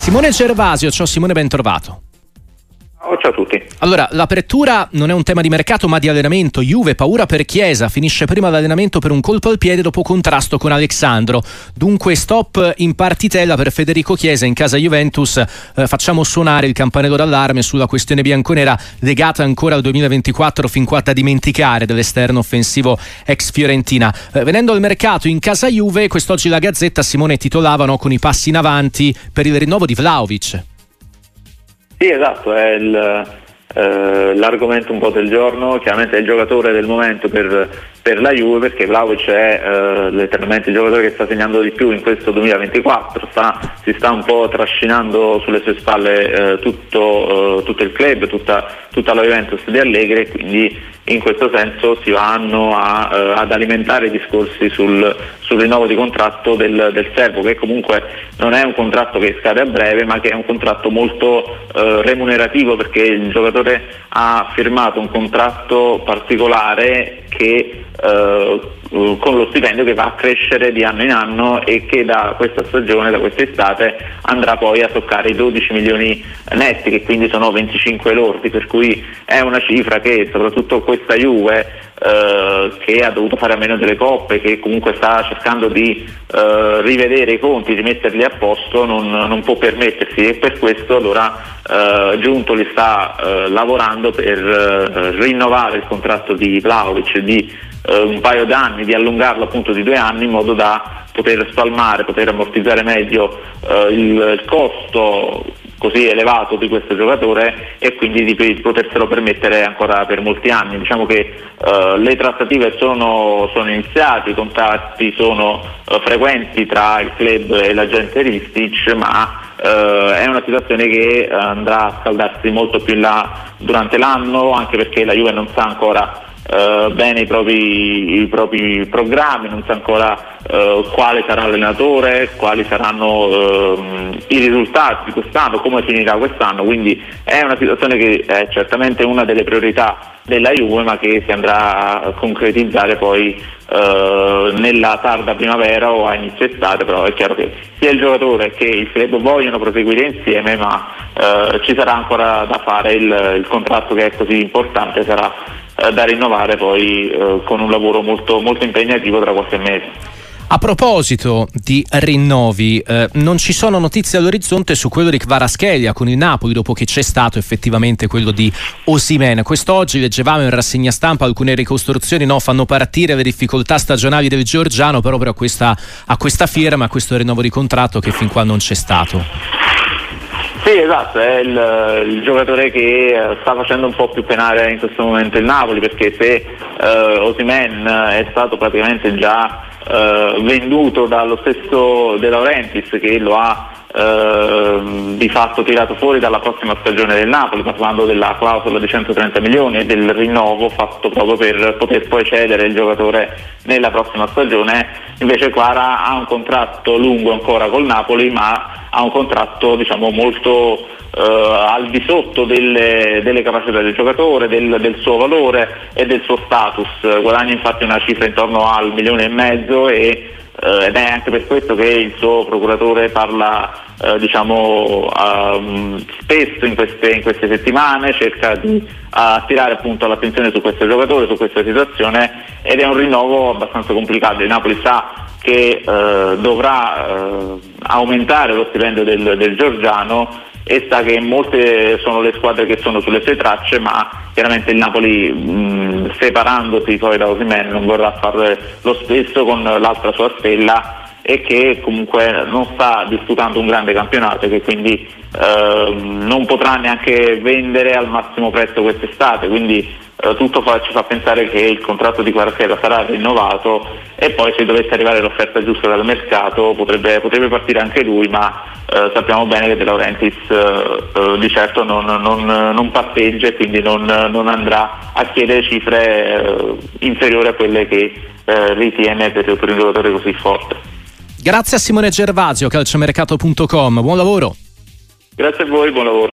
Simone Gervasio, ciao Simone, ben trovato. Ciao a tutti. Allora, l'apertura non è un tema di mercato ma di allenamento. Juve, paura per Chiesa, finisce prima l'allenamento per un colpo al piede dopo contrasto con Alexandro. Dunque stop in partitella per Federico Chiesa in casa Juventus. Facciamo suonare il campanello d'allarme sulla questione bianconera legata ancora al 2024 fin qua da dimenticare dell'esterno offensivo ex Fiorentina. Venendo al mercato in casa Juve, quest'oggi la Gazzetta, Simone, titolavano con i passi in avanti per il rinnovo di Vlahovic. Sì, esatto, è l'argomento un po' del giorno. Chiaramente è il giocatore del momento per la Juve, perché Vlahovic è letteralmente il giocatore che sta segnando di più in questo 2024, si sta un po' trascinando sulle sue spalle tutto il club, tutta la Juventus di Allegri, quindi in questo senso si vanno ad alimentare i discorsi sul rinnovo di contratto del serbo, che comunque non è un contratto che scade a breve, ma che è un contratto molto remunerativo, perché il giocatore ha firmato un contratto particolare che con lo stipendio che va a crescere di anno in anno e che da questa stagione, da quest'estate, andrà poi a toccare i 12 milioni netti, che quindi sono 25 lordi, per cui è una cifra che soprattutto questa Juve, che ha dovuto fare a meno delle coppe, che comunque sta cercando di rivedere i conti, di metterli a posto, non può permettersi, e per questo allora Giuntoli sta lavorando per rinnovare il contratto di Vlahovic di un paio d'anni, di allungarlo appunto di 2 anni, in modo da poter spalmare, poter ammortizzare meglio il costo così elevato di questo giocatore, e quindi di poterselo permettere ancora per molti anni. Diciamo che le trattative sono iniziate, i contatti sono frequenti tra il club e l'agente Ristic, ma è una situazione che andrà a scaldarsi molto più in là durante l'anno, anche perché la Juve non sa ancora bene i propri programmi, non sa ancora quale sarà l'allenatore, quali saranno i risultati di quest'anno, come finirà quest'anno, quindi è una situazione che è certamente una delle priorità della Juve, ma che si andrà a concretizzare poi nella tarda primavera o a inizio estate. Però è chiaro che sia il giocatore che il club vogliono proseguire insieme, ma ci sarà ancora da fare. Il contratto, che è così importante, sarà da rinnovare poi con un lavoro molto, molto impegnativo tra qualche mese. A proposito di rinnovi, non ci sono notizie all'orizzonte su quello di Kvaratskhelia con il Napoli, dopo che c'è stato effettivamente quello di Osimhen. Quest'oggi leggevamo in rassegna stampa alcune ricostruzioni, fanno partire le difficoltà stagionali del georgiano proprio a questa firma, a questo rinnovo di contratto che fin qua non c'è stato. Sì, esatto, è il giocatore che sta facendo un po' più penare in questo momento il Napoli, perché se Osimhen è stato praticamente già venduto dallo stesso De Laurentiis, che lo ha di fatto tirato fuori dalla prossima stagione del Napoli, parlando della clausola di 130 milioni e del rinnovo fatto proprio per poter poi cedere il giocatore nella prossima stagione. Invece Kvara ha un contratto lungo ancora col Napoli, ma ha un contratto, diciamo, molto al di sotto delle capacità del giocatore, del suo valore e del suo status. Guadagna infatti una cifra intorno al 1,5 milioni ed è anche per questo che il suo procuratore parla spesso in queste settimane, cerca di attirare appunto l'attenzione su questo giocatore, su questa situazione, ed è un rinnovo abbastanza complicato. Il Napoli sa che dovrà aumentare lo stipendio del georgiano, e sa che molte sono le squadre che sono sulle sue tracce, ma chiaramente il Napoli, separandosi poi da Osimhen, non vorrà fare lo stesso con l'altra sua stella, e che comunque non sta disputando un grande campionato, e che quindi non potrà neanche vendere al massimo prezzo quest'estate. Quindi tutto ci fa pensare che il contratto di Kvaratskhelia sarà rinnovato, e poi se dovesse arrivare l'offerta giusta dal mercato potrebbe partire anche lui, ma sappiamo bene che De Laurentiis di certo non patteggia, e quindi non andrà a chiedere cifre inferiori a quelle che ritiene per un giocatore così forte. Grazie a Simone Gervasio, calciomercato.com, buon lavoro. Grazie a voi, buon lavoro.